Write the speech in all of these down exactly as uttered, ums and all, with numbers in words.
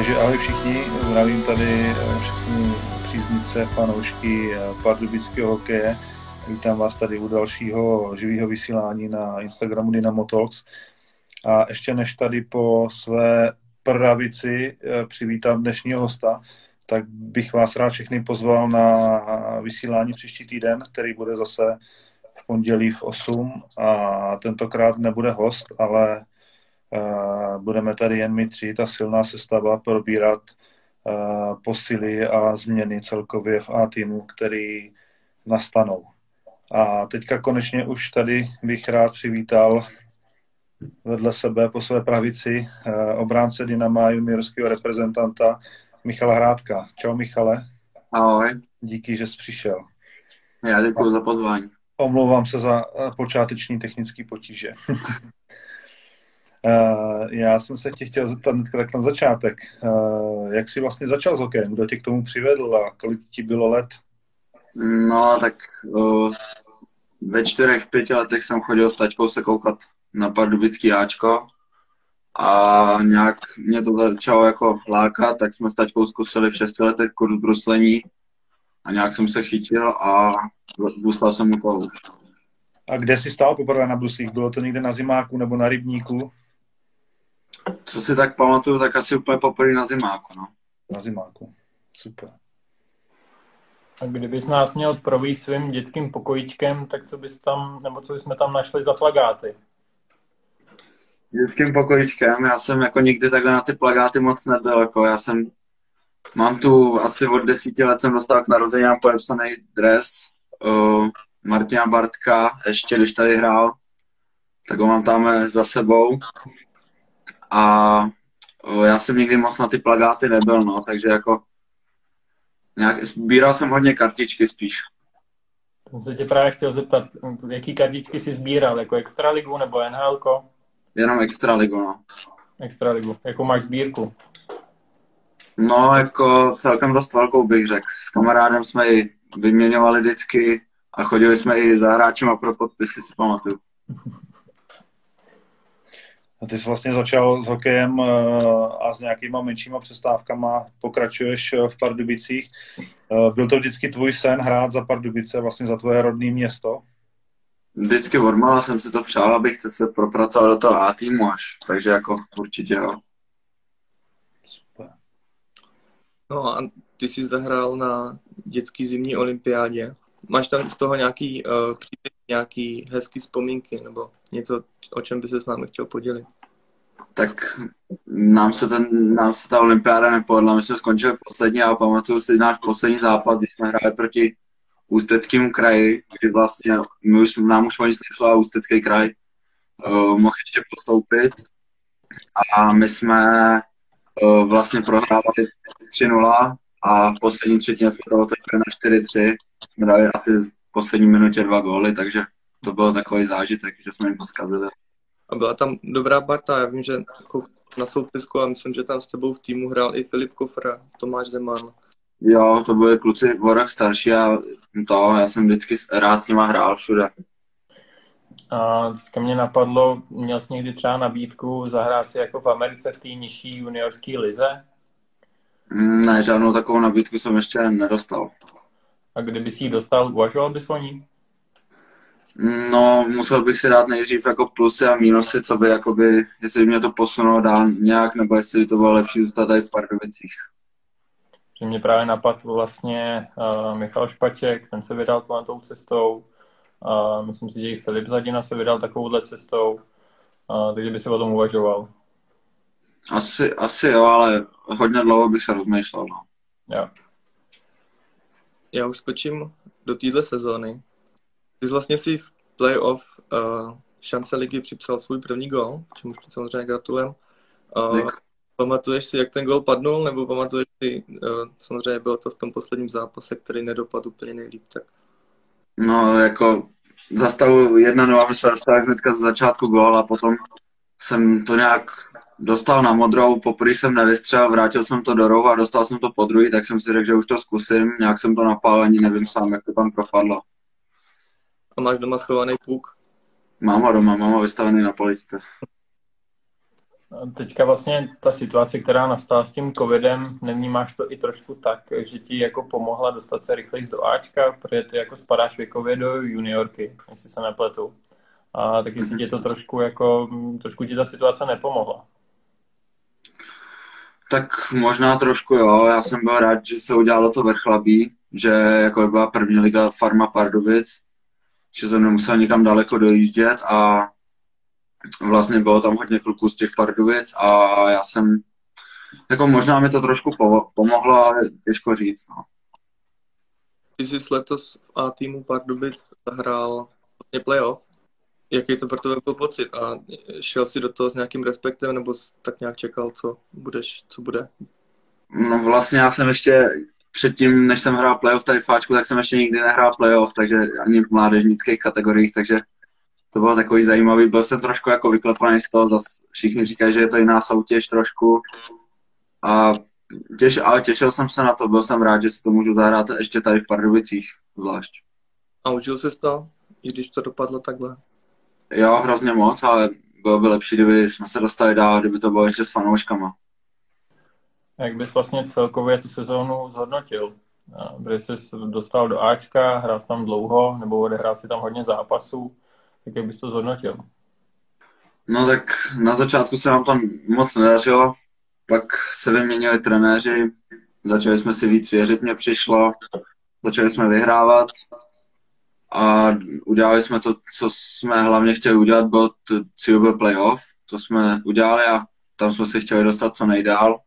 Takže ahoj všichni, zdravím tady všechny příznivce, fanoušky pardubického hokeje. Vítám vás tady u dalšího živého vysílání na Instagramu Dynamo Talks. A ještě než tady po své pravici přivítám dnešního hosta, tak bych vás rád všechny pozval na vysílání příští týden, který bude zase v pondělí v osm. A tentokrát nebude host, ale Uh, budeme tady jen my tři, ta silná sestava, probírat uh, posily a změny celkově v A týmu, který nastanou. A teďka konečně už tady bych rád přivítal vedle sebe po své pravici uh, obránce Dynama juniorského reprezentanta Michala Hrádka. Čau Michale. Ahoj. Díky, že jsi přišel. Já děkuji za pozvání. Omlouvám se za počáteční technické potíže. Uh, já jsem se tě chtěl zeptat tak na začátek. Uh, jak jsi vlastně začal s hokejem? Kdo tě k tomu přivedl a kolik ti bylo let? No, tak uh, ve čtyřech, v pěti letech jsem chodil s taťkou se koukat na pardubický Ačko a nějak mě to začalo jako lákat, tak jsme s taťkou zkusili v šesti letech kurz bruslení a nějak jsem se chytil a zůstal jsem u toho už. A kde jsi stál poprvé na bruslích? Bylo to někde na zimáku nebo na rybníku? Co si tak pamatuju, tak asi úplně poprvé na zimáku, no. Na zimáku, super. A kdybys nás měl provést svým dětským pokojíčkem, tak co bys tam, nebo co bychom tam našli za plakáty? Dětským pokojíčkem, já jsem jako nikdy takhle na ty plakáty moc nebyl, jako já jsem, mám tu asi od desíti let jsem dostal k narozeninám podepsaný dres uh, Martina Bartka, ještě když tady hrál, tak ho mám tam za sebou. A o, já jsem nikdy moc na ty plakáty nebyl, no, takže jako nějak, sbíral jsem hodně kartičky spíš. Jsem se tě právě chtěl zeptat, jaký kartičky jsi sbíral, jako Extraligu nebo N H L ko? Jenom Extraligu, no. Extraligu, jako máš sbírku? No, jako celkem dost velkou bych řekl. S kamarádem jsme ji vyměňovali vždycky a chodili jsme i za hráčema pro podpisy, si pamatuju. A ty jsi vlastně začal s hokejem a s nějakýma menšíma přestávkama pokračuješ v Pardubicích. Byl to vždycky tvůj sen hrát za Pardubice, vlastně za tvoje rodné město? Vždycky od mala jsem si to přál, abych se propracoval do toho A týmu až, takže jako určitě jo. Super. No a ty jsi zahrál na dětský zimní olympiádě. Máš tam z toho nějaký uh, příběh, nějaký hezký vzpomínky nebo něco, o čem by se s námi chtěl podělit? Tak nám se, ten, nám se ta olympiáda nepovedla, my jsme skončili poslední a pamatuju si náš poslední zápas, když jsme hráli proti Ústeckému kraji, kdy vlastně my už, nám už o nic nešlo a Ústecký kraj uh, mohl ještě postoupit a my jsme uh, vlastně prohrávali tři nula a v poslední třetině jsme to otočili na čtyři tři. Jsme dali asi v poslední minutě dva góly, takže to byl takový zážitek, že jsme jim poskazili. A byla tam dobrá parta, já vím, že na soupisku a myslím, že tam s tebou v týmu hrál i Filip Kofra, Tomáš Zeman. Jo, to byli kluci o rok starší a to, já jsem vždycky rád s nima hrál všude. A teďka mě napadlo, měl jsi někdy třeba nabídku zahrát si jako v Americe v té nižší juniorské lize? Ne, žádnou takovou nabídku jsem ještě nedostal. A kdyby si ji dostal, uvažoval bys o ní? No, musel bych si dát nejdřív jako plusy a mínusy, co by jakoby, jestli by mě to posunulo dál nějak, nebo jestli by to bylo lepší zůstat tady v Pardubicích. Že mě právě napadl vlastně uh, Michal Špaček, ten se vydal tou cestou. Uh, myslím si, že i Filip Zadina se vydal takovouhle cestou, uh, takže by si o tom uvažoval. Asi, asi jo, ale hodně dlouho bych se rozmýšlel, no. Jo. Já už skočím do téhle sezóny. Ty jsi vlastně si v playoff uh, šance ligy připsal svůj první gól, čemuž ti samozřejmě gratulujem. Uh, pamatuješ si, jak ten gól padnul, nebo pamatuješ si, uh, samozřejmě bylo to v tom posledním zápase, který nedopadl úplně nejlíp, tak? No, jako za stavu jedna nula my jsme dostali hnedka z začátku gól a potom jsem to nějak dostal na modrou, poprvé jsem nevystřelil, vrátil jsem to do rohu a dostal jsem to po druhý, tak jsem si řekl, že už to zkusím, nějak jsem to napál, ani nevím sám, jak to tam propadlo. A máš doma schovaný puk? Mám ho doma, mám ho vystavený na poličce. Teďka vlastně ta situace, která nastala s tím covidem, nevnímáš to i trošku tak, že ti jako pomohla dostat se rychleji do Ačka, protože ty jako spadáš věkově do juniorky, jestli se nepletu. A taky si tě to trošku jako, trošku ti ta situace nepomohla. Tak možná trošku jo, já jsem byl rád, že se udělalo to Vrchlabí, že jako byla první liga Farma Pardubic, že jsem nemusel nikam daleko dojíždět a vlastně bylo tam hodně kluků z těch Pardubic a já jsem, jako možná mi to trošku pomohlo, ale těžko říct, no. Ty jsi letos v A týmu Pardubic hrál vlastně playoff. Jaký to pro tebe byl pocit? A šel jsi do toho s nějakým respektem, nebo jsi tak nějak čekal, co budeš, co bude? No vlastně já jsem ještě předtím, než jsem hrál playoff tady v Ačku, tak jsem ještě nikdy nehrál playoff, takže ani v mládežnických kategoriích, takže to bylo takový zajímavý. Byl jsem trošku jako vyklepaný z toho, zase všichni říkají, že je to jiná soutěž trošku. A těš, ale těšil jsem se na to, byl jsem rád, že si to můžu zahrát ještě tady v Pardubicích zvlášť. A užil jsi to, i když to dopadlo takhle? Jo, hrozně moc, ale bylo by lepší, kdyby jsme se dostali dál, kdyby to bylo ještě s fanouškama. Jak bys vlastně celkově tu sezónu zhodnotil? Když jsi dostal do Ačka, hrál jsi tam dlouho, nebo odehrál si tam hodně zápasů, tak jak bys to zhodnotil? No tak na začátku se nám tam moc nedařilo, pak se vyměnili trenéři, začali jsme si víc věřit, mně přišlo, začali jsme vyhrávat a udělali jsme to, co jsme hlavně chtěli udělat, byl cíl byl playoff, to jsme udělali a tam jsme si chtěli dostat co nejdál.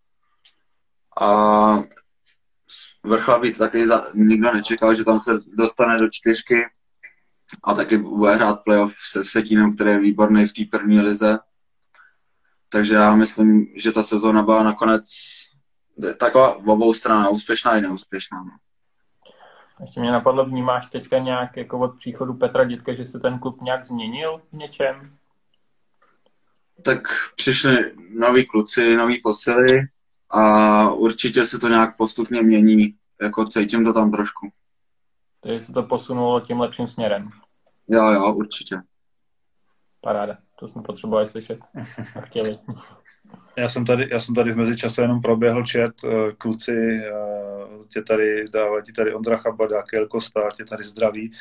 A Vrchlabí taky za, nikdo nečekal, že tam se dostane do čtyřky a taky bude hrát playoff se Vsetínem, který je výborný v té první lize. Takže já myslím, že ta sezóna byla nakonec taková obou strana, úspěšná i neúspěšná. Ještě mě napadlo, vnímáš teďka nějak jako od příchodu Petra Dětka, že se ten klub nějak změnil v něčem? Tak přišli noví kluci, noví posily a určitě se to nějak postupně mění, jako cítím to tam trošku. Takže se to posunulo tím lepším směrem? Jo, jo, určitě. Paráda, to jsme potřebovali slyšet a chtěli. Já jsem tady, já jsem tady v mezičase jenom proběhl chat, kluci, tě tady dává, ti tady Ondra Chabada, Kiel Kosta, tě tady zdraví.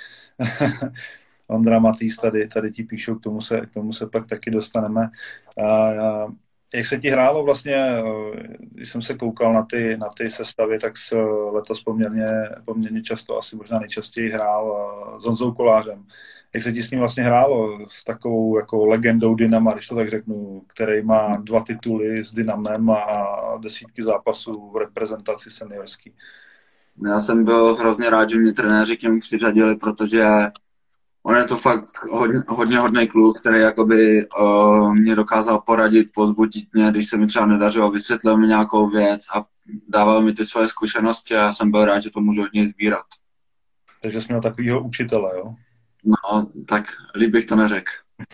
Ondra Matýs tady, tady ti píšou, k tomu se, k tomu se pak taky dostaneme. A, a, jak se ti hrálo vlastně, když jsem se koukal na ty, na ty sestavy, tak se letos poměrně, poměrně často, asi možná nejčastěji hrál s Honzou Kolářem. Jak se ti s ním vlastně hrálo, s takovou jako legendou Dynama, když to tak řeknu, který má dva tituly s Dynamem a desítky zápasů v reprezentaci seniorský? Já jsem byl hrozně rád, že mě trenéři k němu přiřadili, protože on je to fakt hodně, hodně hodný kluk, který jakoby uh, mě dokázal poradit, pozbudit mě, když se mi třeba nedařilo, vysvětlil mi nějakou věc a dával mi ty svoje zkušenosti a já jsem byl rád, že to můžu od něj sbírat. Takže jsi měl takovýho učitele, jo? No, tak líp bych to neřekl.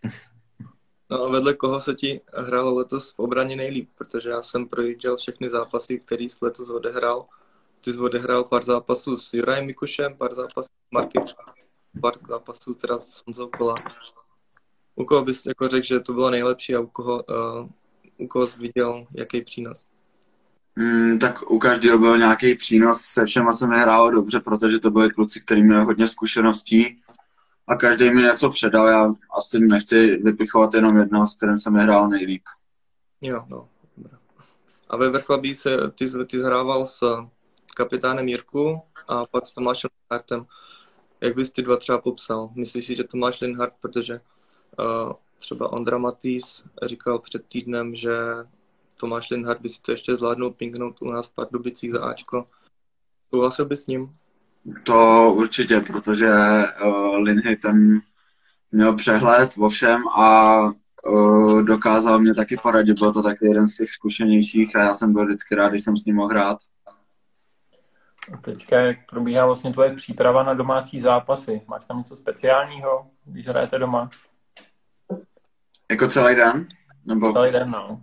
No a vedle koho se ti hrálo letos v obraně nejlíp? Protože já jsem projížděl všechny zápasy, který jsi letos odehrál. Ty jsi odehrál pár zápasů s Jurajem Mikušem, pár zápasů s Martinem, pár zápasů teda s Honzou Kolářem. U koho bys jako řekl, že to bylo nejlepší a u koho, uh, u koho jsi viděl jaký přínos? Mm, tak u každého byl nějaký přínos, se všema se mi hrálo dobře, protože to byli kluci, kteří měli hodně zkušeností a každý mi něco předal. Já asi nechci vypichovat jenom jednoho, s kterým jsem hrál nejlíp. Jo, no, dobré. A ve Vrchlabí se ty, ty zhrával s kapitánem Jirku a pak s Tomášem Linhartem. Jak bys ty dva třeba popsal? Myslíš si, že Tomáš Linhart, protože uh, třeba Ondra Matýs říkal před týdnem, že Tomáš Linhart by si to ještě zvládnul pinknout u nás v Pardubicích za Ačko. Souhlasil bys s ním? To určitě, protože uh, Linhy ten měl přehled o všem a uh, dokázal mě taky poradit. Byl to taky jeden z těch zkušenějších a já jsem byl vždycky rád, když jsem s ním mohl hrát. Teďka jak probíhá vlastně tvoje příprava na domácí zápasy? Máš tam něco speciálního, když hrajete doma? Jako celý den? Nebo... Celý den, no.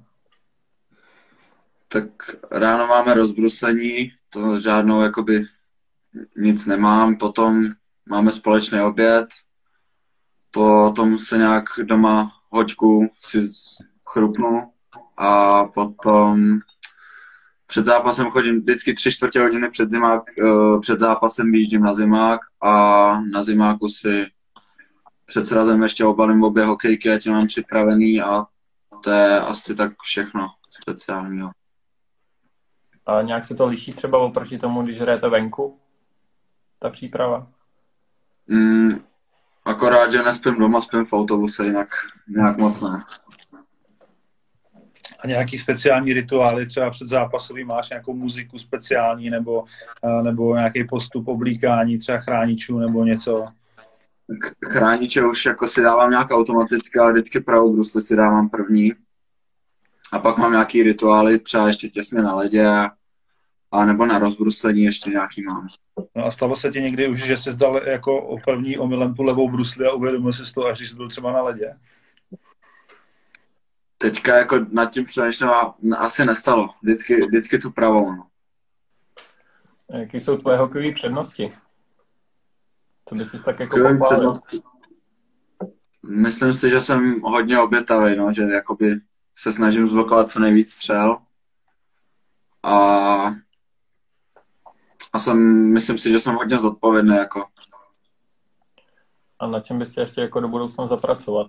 Tak ráno máme rozbruslení, to žádnou jakoby nic nemám, potom máme společný oběd, potom se nějak doma hoďku si chrupnu a potom před zápasem chodím vždycky tři čtvrtě hodiny před zimák, uh, před zápasem vyjíždím na zimák a na zimáku si před srazem ještě obalím obě hokejky, ať je mám připravený a to je asi tak všechno speciálního. A nějak se to liší třeba oproti tomu, když hrajete venku, ta příprava? Mm, akorát, že nespím doma, spím v autobuse, jinak nějak moc ne. A nějaký speciální rituály, třeba před zápasovým máš nějakou muziku speciální nebo, nebo nějaký postup oblíkání, třeba chráničů nebo něco? Chrániče už jako si dávám nějak automaticky, ale vždycky pravou brusli si dávám první. A pak mám nějaký rituály, třeba ještě těsně na ledě, a nebo na rozbruslení ještě nějaký mám. No a stalo se ti někdy už, že jsi zdal jako první omylem tu levou brusli a uvědomil jsi to, až když jsi byl třeba na ledě? Teďka jako nad tím přemýšlím asi nestalo. Vždycky, vždycky tu pravou. No. Jaké jsou tvoje hokejové přednosti? Co bys si tak jako pochválil? Myslím si, že jsem hodně obětavý, no, že jakoby se snažím zblokovat co nejvíc střel. A, a jsem, myslím si, že jsem hodně zodpovědný. Jako. A na čem bys chtěl ještě jako do budoucna zapracovat?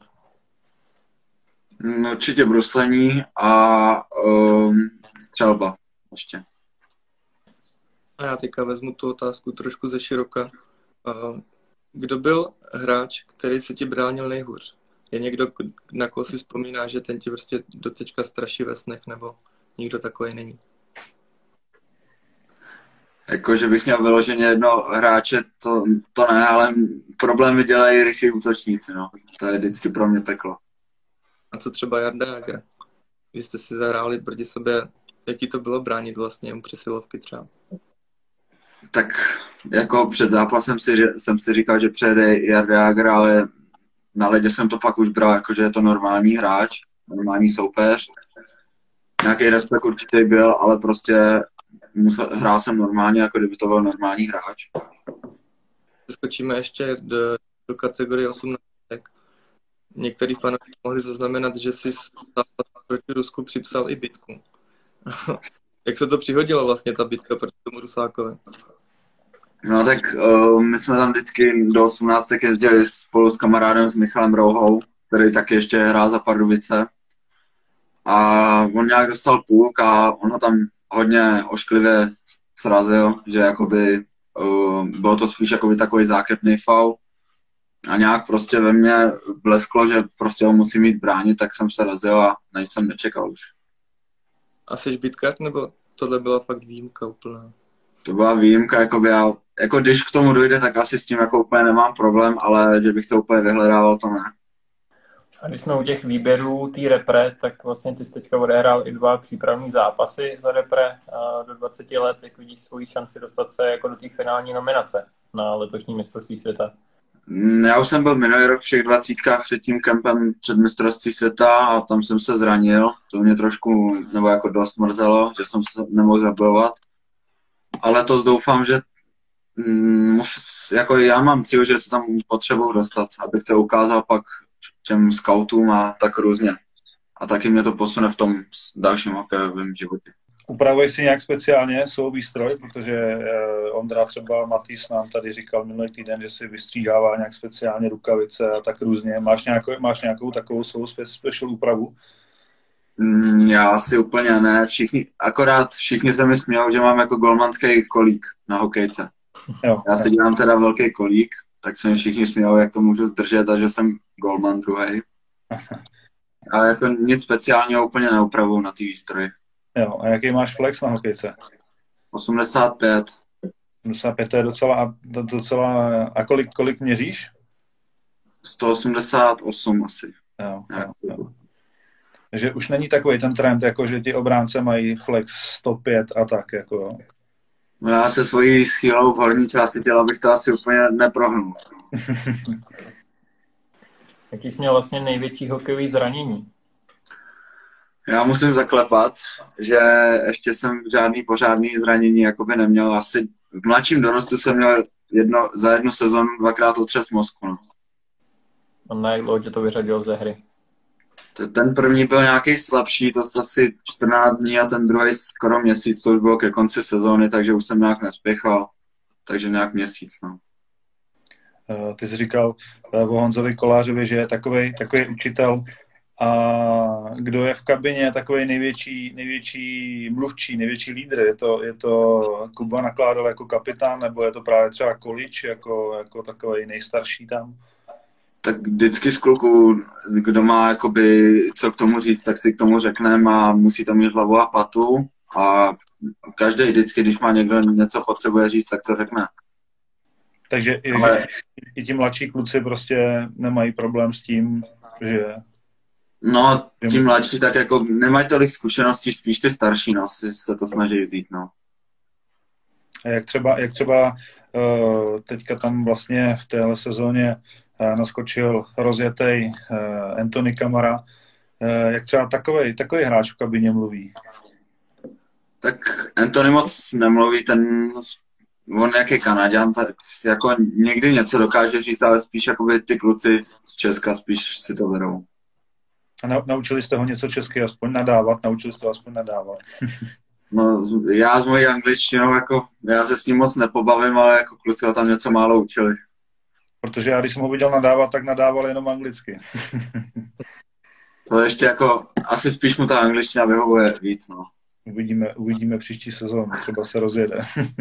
Určitě bruslení a um, střelba ještě. A já teďka vezmu tu otázku trošku ze široka. Kdo byl hráč, který se ti bránil nejhůř? Je někdo, na koho si vzpomíná, že ten ti prostě do teďka straší ve snech, nebo nikdo takový není? Jako, že bych měl vyloženě jedno hráče, to, to ne, ale problémy dělají rychlí útočníci, no. To je vždycky pro mě peklo. A co třeba Jarda Jágr? Vy jste si zahráli proti sobě, jaký to bylo bránit vlastně mu přesilovky třeba? Tak jako před zápasem si, jsem si říkal, že přejede Jarda Jágr, ale na ledě jsem to pak už bral, jako, že je to normální hráč, normální soupeř. Nějaký respekt určitě byl, ale prostě musel, hrál jsem normálně, jako kdyby to byl normální hráč. Skočíme ještě do, do kategorie osmnáct. Některý fanoušci mohli zaznamenat, že si zápas proti Rusku připsal i bitku. Jak se to přihodilo vlastně, ta bitka proti tomu Rusákovi? No tak uh, my jsme tam vždycky do osmnáctek jezdili spolu s kamarádem s Michalem Rouhou, který taky ještě hrál za Pardubice. A on nějak dostal půlk a on ho tam hodně ošklivě srazil, že jakoby uh, bylo to spíš jakoby takový zákeřný faul. A nějak prostě ve mně blesklo, že prostě ho musím mít bránit, tak jsem se razil a na nic jsem nečekal už. A jsi bitkář, nebo tohle byla fakt výjimka úplná? To byla výjimka, jakoby já, jako když k tomu dojde, tak asi s tím jako úplně nemám problém, ale že bych to úplně vyhledával, to ne. A když jsme u těch výběrů té repre, tak vlastně ty jsi teďka odehrál i dva přípravní zápasy za repre do dvaceti let. Jak vidíš svoji šanci dostat se jako do té finální nominace na letošní mistrovství světa? Já už jsem byl minulý rok v všech dvacítkách před tím kempem před mistrovství světa a tam jsem se zranil. To mě trošku, nebo jako dost mrzelo, že jsem se nemohl zabojovat. Ale to doufám, že mus, jako já mám cíl, že se tam potřebuji dostat, abych to ukázal pak těm scoutům a tak různě. A taky mě to posune v tom dalším hokejovém životě. Upravuješ si nějak speciálně svou výstroj, protože Ondra třeba Matýs nám tady říkal minulý týden, že si vystříhává nějak speciálně rukavice a tak různě. Máš nějakou, máš nějakou takovou svou special úpravu? Mm, já si úplně ne. Všichni, akorát všichni se mi smějou, že mám jako golmanský kolík na hokejce. Jo, já si dělám teda velký kolík, tak se mi všichni smějou, jak to můžu držet a že jsem golman druhý. Ale jako nic speciálního úplně neupravuju na té výstroji. Jo, a jaký máš flex na hokejce? osmdesát pět. osmdesát pět, to je docela, docela a kolik, kolik měříš? sto osmdesát osm asi. Jo, jo, jo. Takže už není takový ten trend, jako že ti obránce mají flex sto pět a tak, jako jo. No já se svojí sílou v horní části těla bych to asi úplně neprohnul. Jaký jsi měl vlastně největší hokejový zranění? Já musím zaklepat, že ještě jsem žádný pořádný zranění jakoby neměl. Asi v mladším dorostu jsem měl jedno, za jednu sezonu dvakrát otřes mozku. No. A na jak dlouho tě to vyřadilo ze hry? Ten první byl nějaký slabší, to asi čtrnáct dní a ten druhý skoro měsíc, to už bylo ke konci sezóny, takže už jsem nějak nespěchal, takže nějak měsíc, no. Ty jsi říkal o Honzovi Kolářovi, že je takovej, takový učitel. A kdo je v kabině takový největší, největší mluvčí, největší lídr? Je to, je to Kuba Nakládal jako kapitán, nebo je to právě třeba Količ jako, jako takový nejstarší tam? Tak vždycky z kluků, kdo má jakoby co k tomu říct, tak si k tomu řekneme a musí to mít hlavu a patu. A každý vždycky, když má někdo něco potřebuje říct, tak to řekne. Takže i, Ale... i ti mladší kluci prostě nemají problém s tím, že... No, ti mladší tak jako nemají tolik zkušeností, spíš ty starší, no, si se to snaží vzít, no. A jak třeba, jak třeba uh, teďka tam vlastně v téhle sezóně uh, naskočil rozjetej uh, Anthony Camara, uh, jak třeba takovej, takový hráč v kabině mluví? Tak Anthony moc nemluví, ten, on jak je Kanaďan, tak jako někdy něco dokáže říct, ale spíš jakoby ty kluci z Česka spíš si to berou. A na, naučili jste ho něco česky aspoň nadávat? Naučili jste ho aspoň nadávat? No, já s mojí angličtinou, jako, já se s ním moc nepobavím, ale jako kluci ho tam něco málo učili. Protože já, když jsem ho viděl nadávat, tak nadával jenom anglicky. To ještě jako, asi spíš mu ta angličtina vyhovuje víc, no. Uvidíme, uvidíme příští sezónu, třeba se rozjede.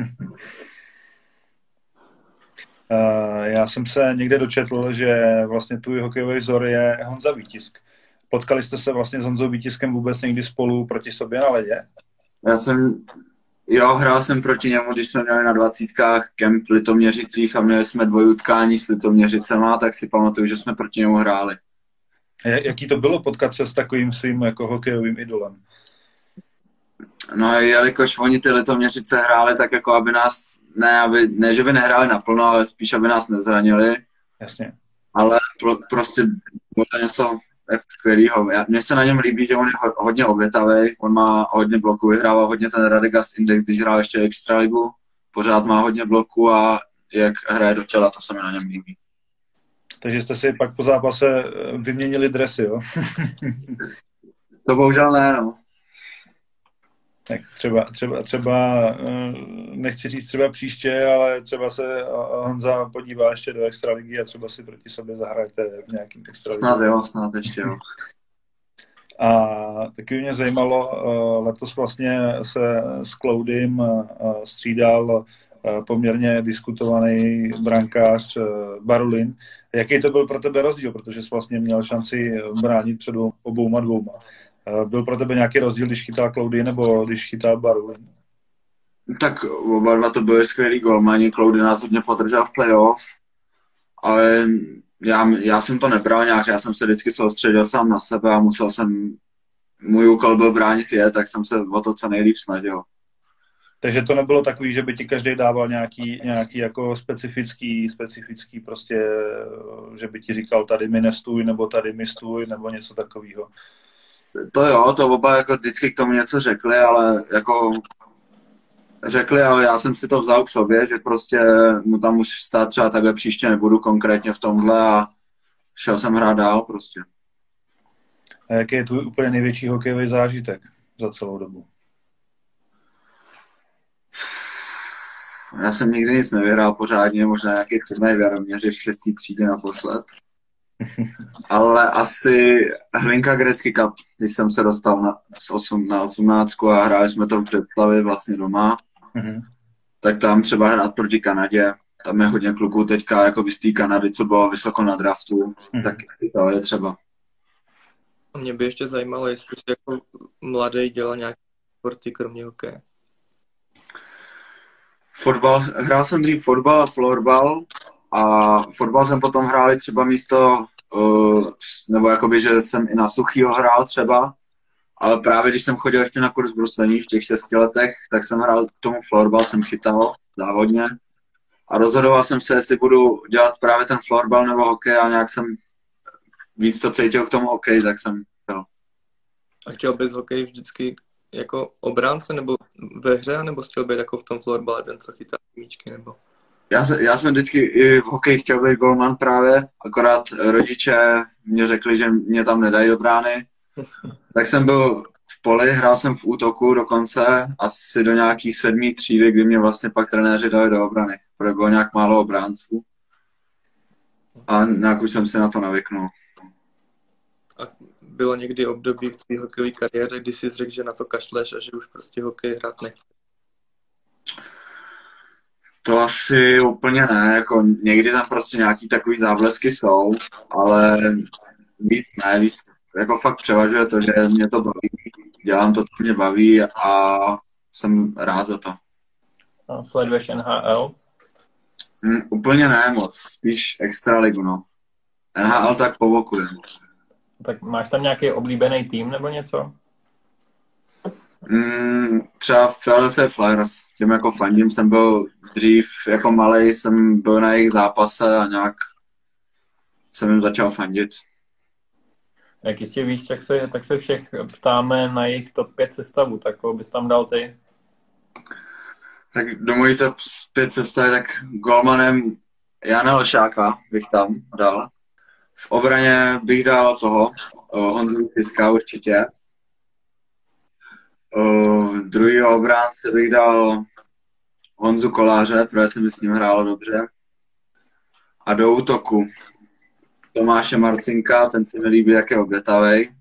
Já jsem se někde dočetl, že vlastně tvůj hokejový vzor je Honza Vítisk. Potkali jste se vlastně s Honzou Vítiskem vůbec někdy spolu proti sobě na ledě? Já jsem, jo, hrál jsem proti němu, když jsme měli na dvacítkách kemp v Litoměřicích a měli jsme dvojutkání s Litoměřicema, tak si pamatuju, že jsme proti němu hráli. A jaký to bylo potkat se s takovým svým jako hokejovým idolem? No, jelikož oni ty Litoměřice hráli tak jako, aby nás, ne, aby, ne že by nehráli naplno, ale spíš, aby nás nezranili. Jasně. Ale pro, prostě bylo to něco jako skvělýho. Mně se na něm líbí, že on je ho, hodně obětavý, on má hodně bloků, vyhrával hodně ten Radegast Index, když hrál ještě Extraligu, pořád má hodně bloků a jak hraje do těla, to se mi na něm líbí. Takže jste si pak po zápase vyměnili dresy, jo? To bohužel ne, no. Tak třeba, třeba, třeba, nechci říct třeba příště, ale třeba se Honza podívá ještě do extraligy a třeba si proti sobě zahrajete v nějakým extraligu. Snad jo, snad ještě jo. A taky mě zajímalo, letos vlastně se s Cloudym střídal poměrně diskutovaný brankář Barulin. Jaký to byl pro tebe rozdíl, protože jsi vlastně měl šanci bránit před obouma dvouma? Byl pro tebe nějaký rozdíl, když chytal Cloudy nebo když chytal Barulin? Tak oba dva to byly skvělý golmani. Cloudy nás hodně podržel v playoff, ale já, já jsem to nebral nějak, já jsem se vždycky soustředil sám na sebe a musel jsem, můj úkol byl bránit je, tak jsem se o to co nejlíp snažil. Takže to nebylo takový, že by ti každý dával nějaký, nějaký jako specifický, specifický prostě, že by ti říkal tady mi nestůj, nebo tady mi stůj, nebo něco takového. To jo, to oba jako vždycky k tomu něco řekli, ale jako řekli, ale já jsem si to vzal k sobě, že prostě mu tam už stát třeba takhle příště nebudu konkrétně v tomhle a šel jsem hrát dál prostě. A jaký je tvůj úplně největší hokejový zážitek za celou dobu? Já jsem nikdy nic nevyhrál pořádně, možná nějaký turnaj v Jaroměři v šestý třídě naposled. Ale asi Hlinka Gretzky Cup, když jsem se dostal na, osm, na osmnáctku a hráli jsme to v Břeclavi vlastně doma, mm-hmm. tak tam třeba hrát proti Kanadě, tam je hodně kluků teďka jako z té Kanady, co bylo vysoko na draftu, mm-hmm. tak to je třeba. Mě by ještě zajímalo, jestli jsi jako mladý dělal nějaké sporty kromě hokeje. Fotbal, hrál jsem dřív fotbal a florbal a fotbal jsem potom hrál třeba místo, uh, nebo jakoby, že jsem i na suchýho hrál třeba, ale právě když jsem chodil ještě na kurz bruslení v těch šesti letech, tak jsem hrál k tomu florbal, jsem chytal závodně a rozhodoval jsem se, jestli budu dělat právě ten florbal nebo hokej a nějak jsem víc to cítil k tomu hokej, tak jsem chtěl. A chtěl bys hokej vždycky jako obránce nebo ve hře, nebo chtěl být jako v tom florbale ten, co chytá míčky, nebo? Já, se, já jsem vždycky i v hokeji chtěl být golman právě, akorát rodiče mě řekli, že mě tam nedají do brány. Tak jsem byl v poli, hrál jsem v útoku dokonce, asi do nějaký sedmý třídy, kdy mě vlastně pak trenéři dali do obrany, protože bylo nějak málo obránců. A nějak už jsem si na to navyknul. A bylo někdy období v tvý hokejové kariéře, kdy jsi řekl, že na to kašleš a že už prostě hokej hrát nechceš? To asi úplně ne, jako někdy tam prostě nějaký takový záblesky jsou, ale víc ne, víc, jako fakt převažuje to, že mě to baví, dělám to, co mě baví a jsem rád za to. A sleduješ N H L? Hm, úplně ne moc, spíš extraligu, no. N H L tak povokuje. Tak máš tam nějaký oblíbený tým nebo něco? Mm, třeba Philadelphia Flyers, tím jako fandím, jsem byl dřív jako malej, jsem byl na jejich zápase a nějak jsem jim začal fandit. Jak jistě víš, tak se, tak se všech ptáme na jejich top pět sestavu, tak koho bys tam dal ty? Tak do mojí top pět sestavy, tak golmanem Jana Lešáka bych tam dal. V obraně bych dal toho, Honzu Fiska určitě. Uh, druhýho obránce bych dal Honzu Koláře, protože se mi s ním hrálo dobře. A do útoku Tomáše Marcinka, ten se mi líbí, jak je obětavej.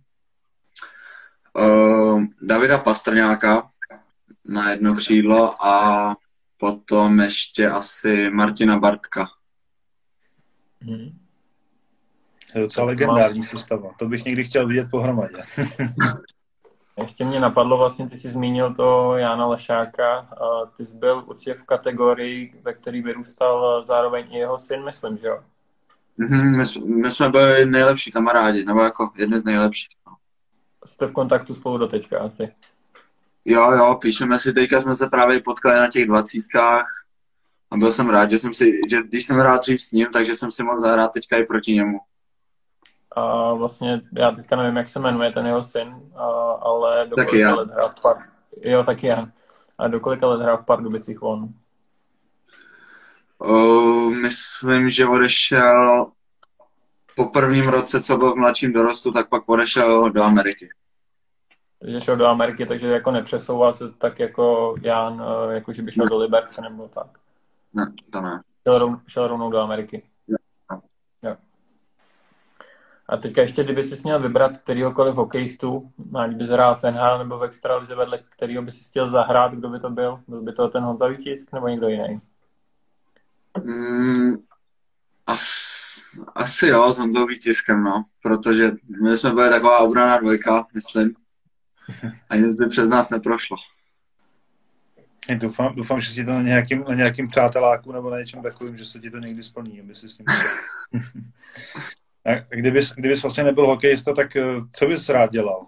Uh, Davida Pastrňáka na jedno křídlo a potom ještě asi Martina Bartka. Hmm. To je docela legendární sestava. To bych někdy chtěl vidět pohromadě. Ještě mě napadlo, vlastně ty jsi zmínil to Jana Lešáka. Ty jsi byl určitě v kategorii, ve který vyrůstal zároveň i jeho syn, myslím, že jo? Mm-hmm, my, my jsme byli nejlepší kamarádi, nebo jako jedni z nejlepších. No. Jste v kontaktu spolu do teďka asi? Jo, jo, píšeme si, teďka jsme se právě potkali na těch dvacítkách a byl jsem rád, že jsem si, že když jsem hrál dřív s ním, takže jsem si mohl zahrát teďka i proti němu. A vlastně, já teďka nevím, jak se jmenuje ten jeho syn, a, ale do taky kolika já. let hrál v Par... Jo, taky já. A do kolika let hrál v Pardubicích on? Uh, myslím, že odešel po prvním roce, co byl v mladším dorostu, tak pak odešel do Ameriky. Takže šel do Ameriky, takže jako nepřesouvá se tak jako Jan, jako že by šel do Liberce nebo tak. Ne, to ne. Šel, rov, šel rovnou do Ameriky. Jo. Jo. A teďka ještě, kdyby jsi měl vybrat kterýhokoliv hokejistu, ať bys hrál v N H L nebo v extralize, vedle kterýho by si chtěl zahrát, kdo by to byl? Byl by to ten Honza Vítisk nebo někdo jiný? Mm, as, asi jo, s Honzou Vítiskem, no. Protože my jsme byli taková obraná dvojka, myslím. A nic by přes nás neprošlo. Doufám, doufám, že si to na nějakým, na nějakým přáteláku nebo na něčem takovým, že se ti to někdy splní, aby si s ním A kdybys, kdybys vlastně nebyl hokejista, tak co bys rád dělal?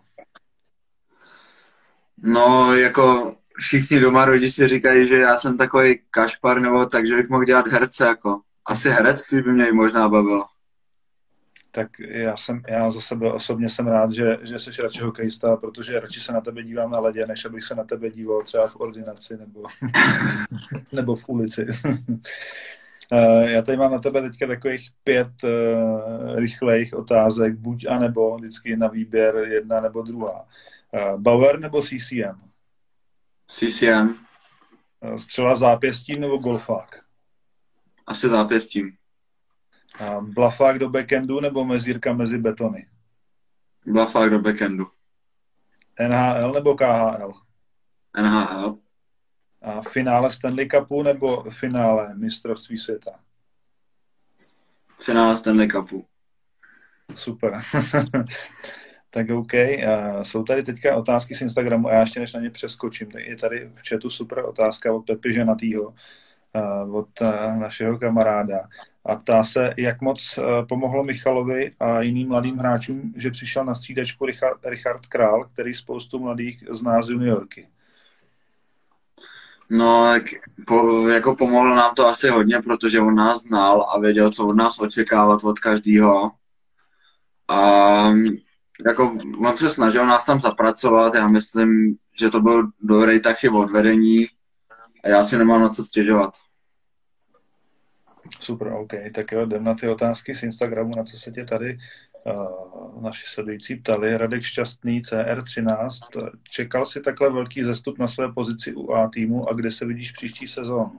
No, jako všichni doma rodiče říkají, že já jsem takový kašpar, nebo tak, že bych mohl dělat herce, jako. Asi herectví by mě možná bavilo. Tak já jsem, já za sebe osobně jsem rád, že, že jsi radši hokejista, protože radši se na tebe dívám na ledě, než abych se na tebe díval třeba v ordinaci nebo, nebo v ulici. Já tady mám na tebe teďka takových pět uh, rychlejch otázek, buď a nebo, vždycky na výběr jedna nebo druhá. Uh, Bauer nebo C C M? C C M. Uh, střela zápěstím nebo golfák? Asi zápěstím. Uh, blafák do backendu nebo mezírka mezi betony? Blafák do backendu. N H L nebo K H L? N H L. A finále Stanley Cupu nebo finále mistrovství světa? Finále Stanley Cupu. Super. Tak OK. Uh, jsou tady teďka otázky z Instagramu a já ještě než na ně přeskočím, tak je tady v chatu super otázka od Pepi Ženatýho, uh, od uh, našeho kamaráda. A ptá se, jak moc uh, pomohlo Michalovi a jiným mladým hráčům, že přišel na střídačku Richard, Richard Král, který spoustu mladých zná z juniorky. No, tak po, jako pomohlo nám to asi hodně, protože on nás znal a věděl, co od nás očekávat od každého. A jako on se snažil nás tam zapracovat, já myslím, že to byl dobrý taky odvedení a já si nemám na co stěžovat. Super, OK. Tak jo, jdem na ty otázky z Instagramu, na co se tě tady uh, naši sledující ptali. Radek Šťastný, C R třináct. Čekal jsi takhle velký zestup na své pozici u A týmu a kde se vidíš příští sezónu?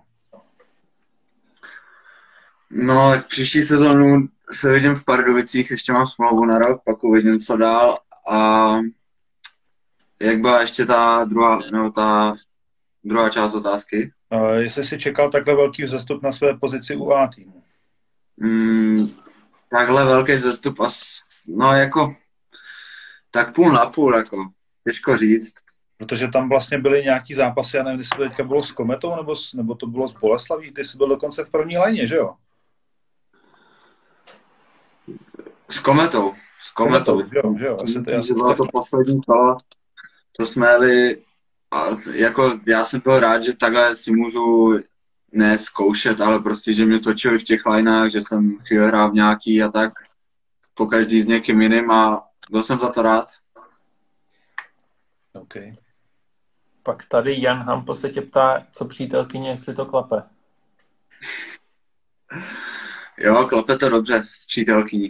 No, tak příští sezónu se vidím v Pardubicích, ještě mám smlouvu na rok, pak uvidím, co dál. A jak byla ještě ta druhá, no, ta druhá část otázky? Uh, jestli jsi čekal takhle velký vzestup na své pozici u A týmu? Mm, takhle velký vzestup, no jako, tak půl na půl, jako, těžko říct. Protože tam vlastně byly nějaký zápasy, já nevím, jestli to teďka bylo s Kometou, nebo, nebo to bylo s Boleslaví, ty jsi byl dokonce v první lajně, že jo? S Kometou, s Kometou. Kometou, jo, že jo. Asi to, já to bylo to poslední kolo, to jsme jeli, a jako já jsem byl rád, že takhle si můžu ne zkoušet, ale prostě, že mě točili v těch lineách, že jsem chvíli hrál v nějaký a tak, po každý s někým jiným a byl jsem za to rád. Okay. Pak tady Jan Hampo se tě ptá, co přítelkyně, jestli to klape. Jo, klape to dobře s přítelkyní.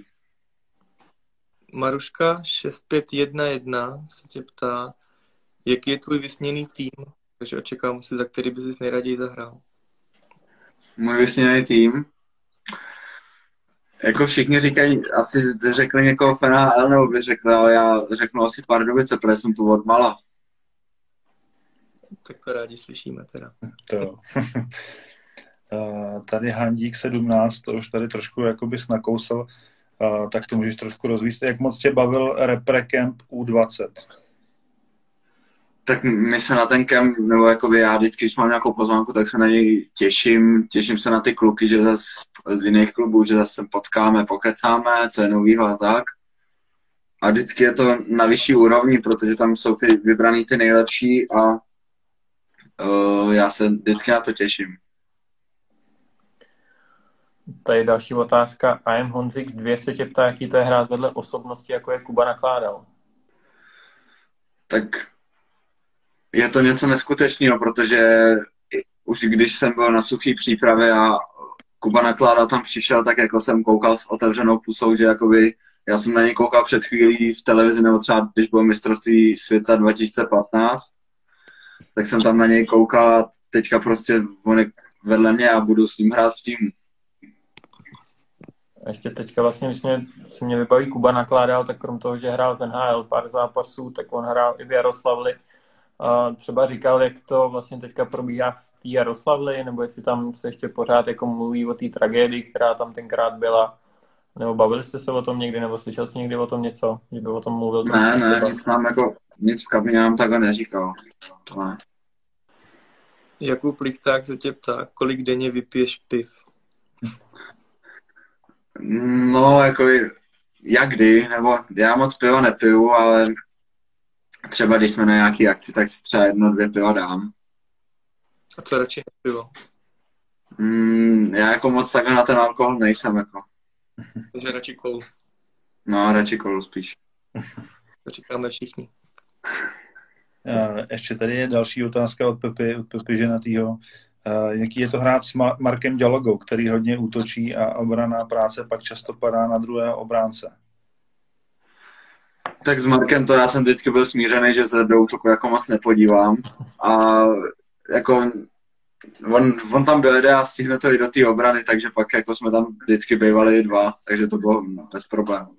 Maruška šest pět jedna jedna se tě ptá, jaký je tvůj vysněný tým, takže očekávám si, za který bys nejraději zahrál. Můj vysněný tým? Jako všichni říkají, asi řekli někoho F N H L, nebo by řekl, ale já řeknu asi Pardubice, protože jsem tu od mala. Tak to rádi slyšíme teda. To jo. Tady Handík sedmnáct, to už tady trošku jakoby nakousl, tak to můžeš trošku rozvíct. Jak moc tě bavil Repre Camp U dvacet? Tak my se na ten camp, nebo jakoby já vždycky, když mám nějakou pozvánku, tak se na něj těším. Těším se na ty kluky, že zase z jiných klubů, že zase potkáme, pokecáme, co je novýho a tak. A vždycky je to na vyšší úrovni, protože tam jsou ty vybraný ty nejlepší a uh, já se vždycky na to těším. Tady je další otázka. I am Honzik dva se tě ptá, jaký to je hrát vedle osobnosti, jako je Kuba Nakládal. Tak je to něco neskutečného, protože už když jsem byl na suchý přípravě a Kuba Nakládal tam přišel, tak jako jsem koukal s otevřenou pusou, že jakoby já jsem na něj koukal před chvílí v televizi, nebo třeba když bylo mistrovství světa dva tisíce patnáct, tak jsem tam na něj koukal a teďka prostě on je vedle mě a budu s ním hrát v týmu. Ještě teďka vlastně, když mě, se mě vybaví Kuba Nakládal, tak krom toho, že hrál ten H L pár zápasů, tak on hrál i v Jaroslavli. A třeba říkal, jak to vlastně teďka probíhá v té Jaroslavli, nebo jestli tam se ještě pořád jako mluví o té tragédii, která tam tenkrát byla. Nebo bavili jste se o tom někdy, nebo slyšel jsi někdy o tom něco, že by o tom mluvil? Ne, ne, nic nám jako, nic v kabině nám takhle neříkal. To ne. Jakub Lichták se tě ptá, kolik denně vypiješ piv? No, jako jak kdy, nebo já moc pivo nepiju, ale třeba když jsme na nějaký akci, tak si třeba jedno, dvě piva dám. A co radši pivo? Mm, já jako moc takhle na ten alkohol nejsem, jako. Takže radši kolu. No, radši kolu spíš. To říkáme všichni. Ještě tady je další otázka od Pepy, od Pepy ženatýho. Jaký je to hrát s Markem Dělogou, který hodně útočí a obranná práce pak často padá na druhého obránce? Tak s Markem to já jsem vždycky byl smířený, že se do útoku jako moc nepodívám. A jako on, on tam dojede a stihne to i do té obrany, takže pak jako jsme tam vždycky bývali dva, takže to bylo bez problémů.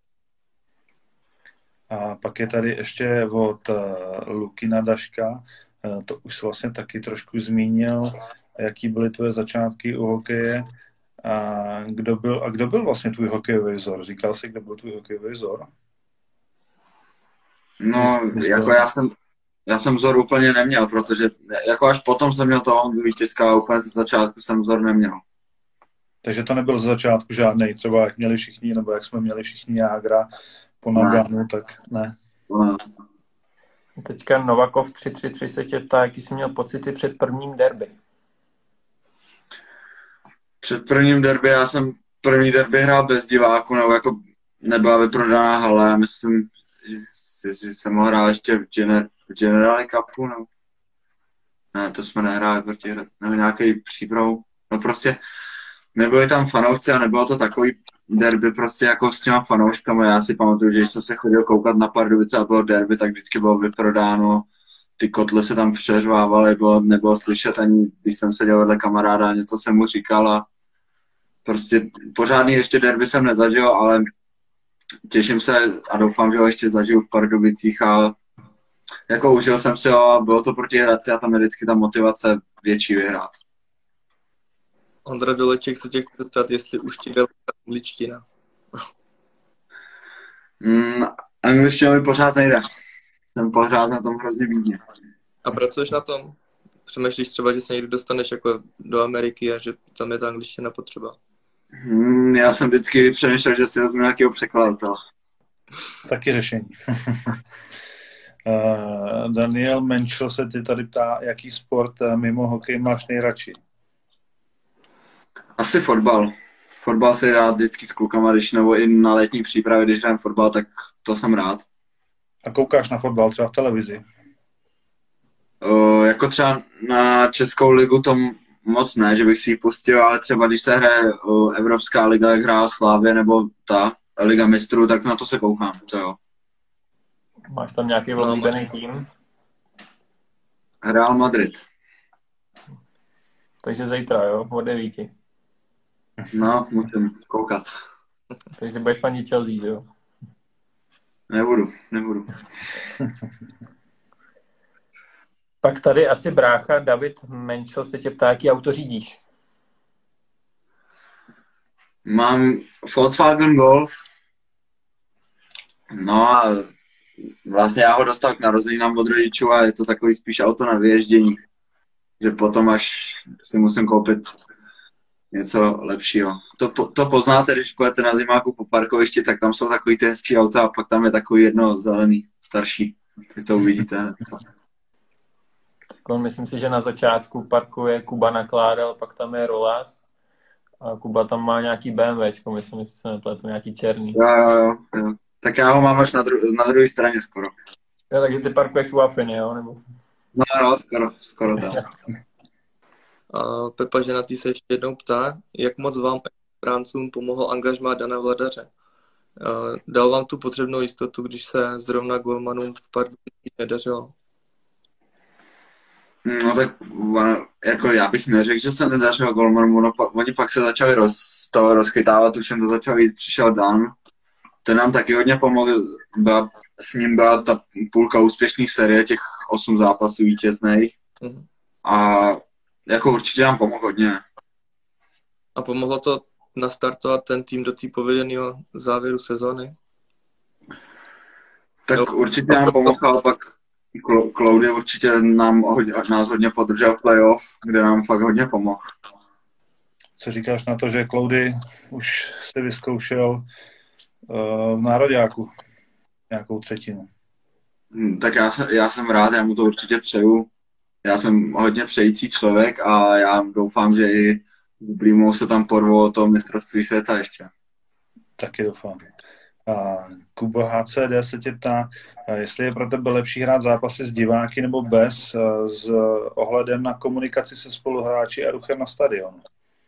A pak je tady ještě od uh, Lukina Daška, uh, to už vlastně taky trošku zmínil, jaký byly tvoje začátky u hokeje a kdo byl, a kdo byl vlastně tvůj hokejový vzor? Říkal jsi, kdo byl tvůj hokejový vzor? No, jako já jsem, já jsem vzor úplně neměl, protože jako až potom jsem měl toho Honzu Vítězka a úplně ze začátku jsem vzor neměl. Takže to nebyl z začátku žádnej, třeba jak měli všichni, nebo jak jsme měli všichni Jágra po Naganu, tak ne. ne. Teďka Novakov tři tři tři se tě ptá, jaký jsi měl pocity před prvním derby? Před prvním derby, já jsem první derby hrál bez diváku, nebo jako nebyla vyprodaná hala, myslím, že, že jsem ho hrál ještě v, gener, v Generali Cupu, nebo ne, to jsme nehráli proti nebo nějaký přípravu, no prostě nebyli tam fanoušci a nebylo to takový derby prostě jako s těma fanouškama. Já si pamatuju, že když jsem se chodil koukat na Pardubice a bylo derby, tak vždycky bylo vyprodáno. Ty kotle se tam přeřvávaly, bylo, nebylo slyšet ani, když jsem seděl vedle kamaráda, něco jsem mu říkal a prostě pořádný ještě derby jsem nezažil, ale těším se a doufám, že ho ještě zažiju v Pardubicích a jako užil jsem si ho a bylo to proti Hradci a tam je vždycky ta motivace větší vyhrát. Ondra Doleček se tě chce zeptat, jestli už ti jde angličtina. Mm, angličtina mi pořád nejde. Jsem pořád na tom hrozně bídně. A pracuješ na tom? Přemýšlíš třeba, že se někdy dostaneš jako do Ameriky a že tam je ta angličtina potřeba? Hmm, já jsem vždycky přemýšlel, že si vezmu nějakého překladatele. Taky řešení. uh, Daniel Menšel se ty tady ptá, jaký sport mimo hokej máš nejradši? Asi fotbal. Fotbal si rád vždycky s klukama, když nebo i na letní přípravě, když hrám fotbal, tak to jsem rád. A koukáš na fotbal třeba v televizi? Uh, jako třeba na Českou ligu to moc ne, že bych si ji pustil, ale třeba když se hraje uh, Evropská liga, jak hrá Slavie nebo ta Liga mistrů, tak na to se koukám, to jo. Máš tam nějaký oblíbený tým? Real Madrid. Takže zítra, jo? O devíti. No, musím koukat. Takže budeš fandit Chelsea, jo? Nebudu, nebudu. Pak tady asi brácha David Menšel se tě ptá, jaký auto řídíš? Mám Volkswagen Golf. No a vlastně já ho dostal k narozeninám od rodičů a je to takový spíš auto na vyježdění. Že potom až si musím koupit něco lepšího. To, to poznáte, když půjdete na zimáku po parkovišti, tak tam jsou takový ty hezký auta a pak tam je takový jedno zelený, starší. Tak to uvidíte. Myslím si, že na začátku parku je Kuba nakládal, pak tam je Rolas a Kuba tam má nějaký BMWčko, myslím, jestli se nepletu, nějaký černý. Jo, jo, jo, jo. Tak já ho mám až na, dru- na druhé straně skoro. Jo, takže ty parkuješ u Afiny, jo? Nebo... No, no, skoro, skoro tam. A Pepa Ženatý se ještě jednou ptá, jak moc vám Fráncům pomohl angažmá Dana Vladaře. Dal vám tu potřebnou jistotu, když se zrovna golmanům v Pardubicích nedařilo? No tak jako já bych neřekl, že se nedařilo golmanům, ono, oni pak se začali roz, to rozchytávat, už jim to začal jít, přišel Dan. Ten nám taky hodně pomohl, byla, s ním byla ta půlka úspěšných série, těch osm zápasů vítězných. Mm. A jako určitě nám pomohl hodně. A pomohlo to nastartovat ten tým do té povedeného závěru sezóny? Tak no. Určitě nám pomohl, pak Claudy určitě nám hodně, nás hodně podržel v playoff, kde nám fakt hodně pomohl. Co říkáš na to, že Claudy už se vyzkoušel uh, v nároďáku nějakou třetinu? Hmm, tak já, já jsem rád, já mu to určitě přeju. Já jsem hodně přející člověk a já doufám, že i v Blímou se tam porvou o to mistrovství světa ještě. Taky doufám. A Kuba H C D se tě ptá, jestli je pro tebe lepší hrát zápasy s diváky nebo bez, s ohledem na komunikaci se spoluhráči a ruchem na stadionu.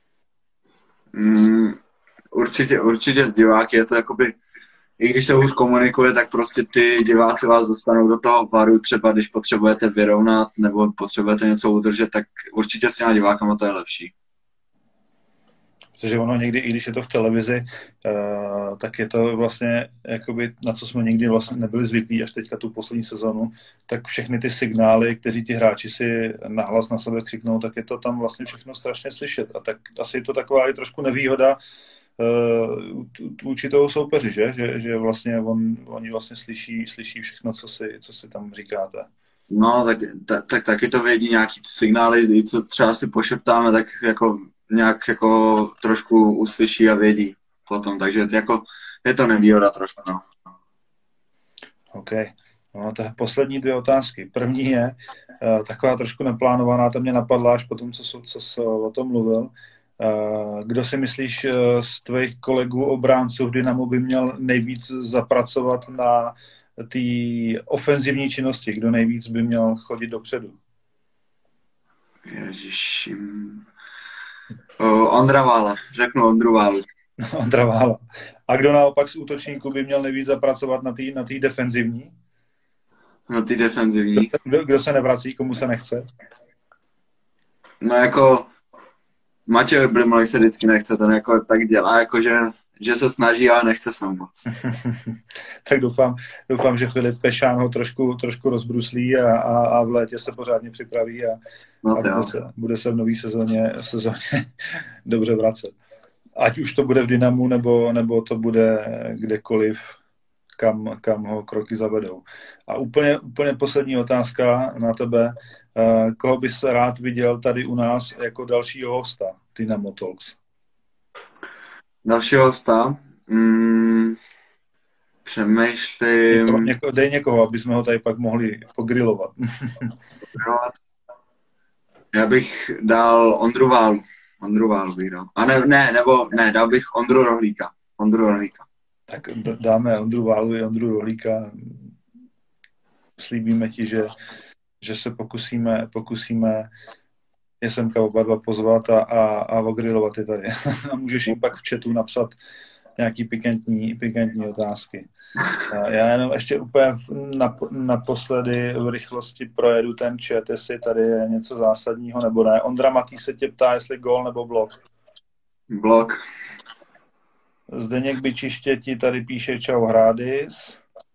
Mm, určitě, určitě s diváky je to jakoby, i když se už komunikuje, tak prostě ty diváci vás dostanou do toho varu, třeba když potřebujete vyrovnat nebo potřebujete něco udržet, tak určitě s těma divákama to je lepší. Protože ono někdy, i když je to v televizi, uh, tak je to vlastně, jakoby, na co jsme nikdy vlastně nebyli zvyklí až teďka tu poslední sezonu, tak všechny ty signály, kteří ti hráči si nahlas na sebe křiknou, tak je to tam vlastně všechno strašně slyšet. A tak asi je to taková i trošku nevýhoda uh, vůči toho soupeři, že? Že, že vlastně on, oni vlastně slyší, slyší všechno, co si, co si tam říkáte. No, tak, tak, tak taky to vědí nějaký signály, co třeba si pošeptáme, tak jako nějak jako trošku uslyší a vědí potom, takže jako je to nevýhoda trošku, no. OK. No, to je poslední dvě otázky. První je uh, taková trošku neplánovaná, to mě napadla až potom, co, co, co o tom mluvil. Uh, kdo si myslíš uh, z tvých kolegů obránců v Dynamu by měl nejvíc zapracovat na té ofenzivní činnosti? Kdo nejvíc by měl chodit dopředu? Ježiši. Uh, Ondra Vála, řeknu Ondru Válu. Ondra Vála. A kdo naopak z útočníků by měl nejvíc zapracovat na té na té defenzivní? Na ty defenzivní. Kdo, kdo se nevrací, komu se nechce? No jako Matěj Blimlej se vždycky nechce, to jako tak dělá, jako že, že se snaží, ale nechce se moc. Tak doufám, doufám, že Filip Pešán ho trošku, trošku rozbruslí a, a, a v létě se pořádně připraví a, No a bude, se, bude se v nový sezóně, sezóně dobře vracet. Ať už to bude v Dynamu, nebo, nebo to bude kdekoliv, kam, kam ho kroky zavedou. A úplně, úplně poslední otázka na tebe. Koho bys rád viděl tady u nás jako dalšího hosta Dynamo Talks? Dalšího hosta? Mm, přemýšlím... Něko, dej někoho, aby jsme ho tady pak mohli pogrilovat. Já bych dal Ondru Válu. Ondru Válu bych dal. A ne, ne, nebo ne, dal bych Ondru Rohlíka. Ondru Rohlíka. Tak dáme Ondru Válu i Ondru Rohlíka. Slíbíme ti, že, že se pokusíme, pokusíme je semka oba dva pozvat a, a, a ogrilovat je tady. A můžeš jim pak v chatu napsat nějaký pikantní, pikantní otázky. Já jenom ještě úplně naposledy v rychlosti projedu ten chat, jestli tady je něco zásadního nebo ne. Ondra Matý se tě ptá, jestli gól nebo blok. Blok. Zdeněk Byčiště ti tady píše čau Hrádis.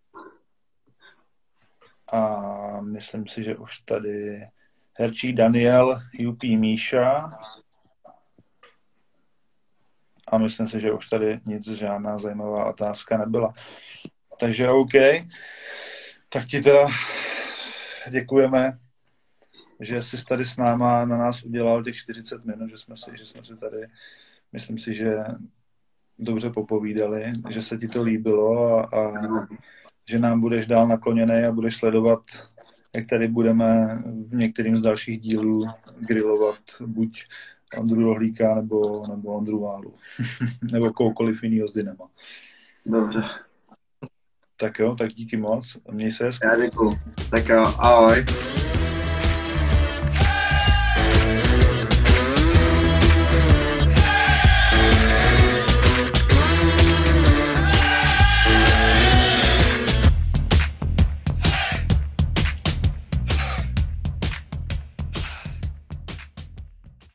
A myslím si, že už tady Herčí Daniel, Jupí Míša. A myslím si, že už tady nic, žádná zajímavá otázka nebyla. Takže OK. Tak ti teda děkujeme, že jsi tady s náma na nás udělal těch čtyřicet minut, že jsme si, že jsme si tady, myslím si, že dobře popovídali, že se ti to líbilo a, a že nám budeš dál nakloněný a budeš sledovat, jak tady budeme v některým z dalších dílů grillovat buď Ondru Rohlíka nebo, nebo Ondru Válu. Nebo koukoliv jinýho z Dynama. Dobře. Tak jo, tak díky moc. Měj se hezky. Já děkuju. Tak jo, ahoj.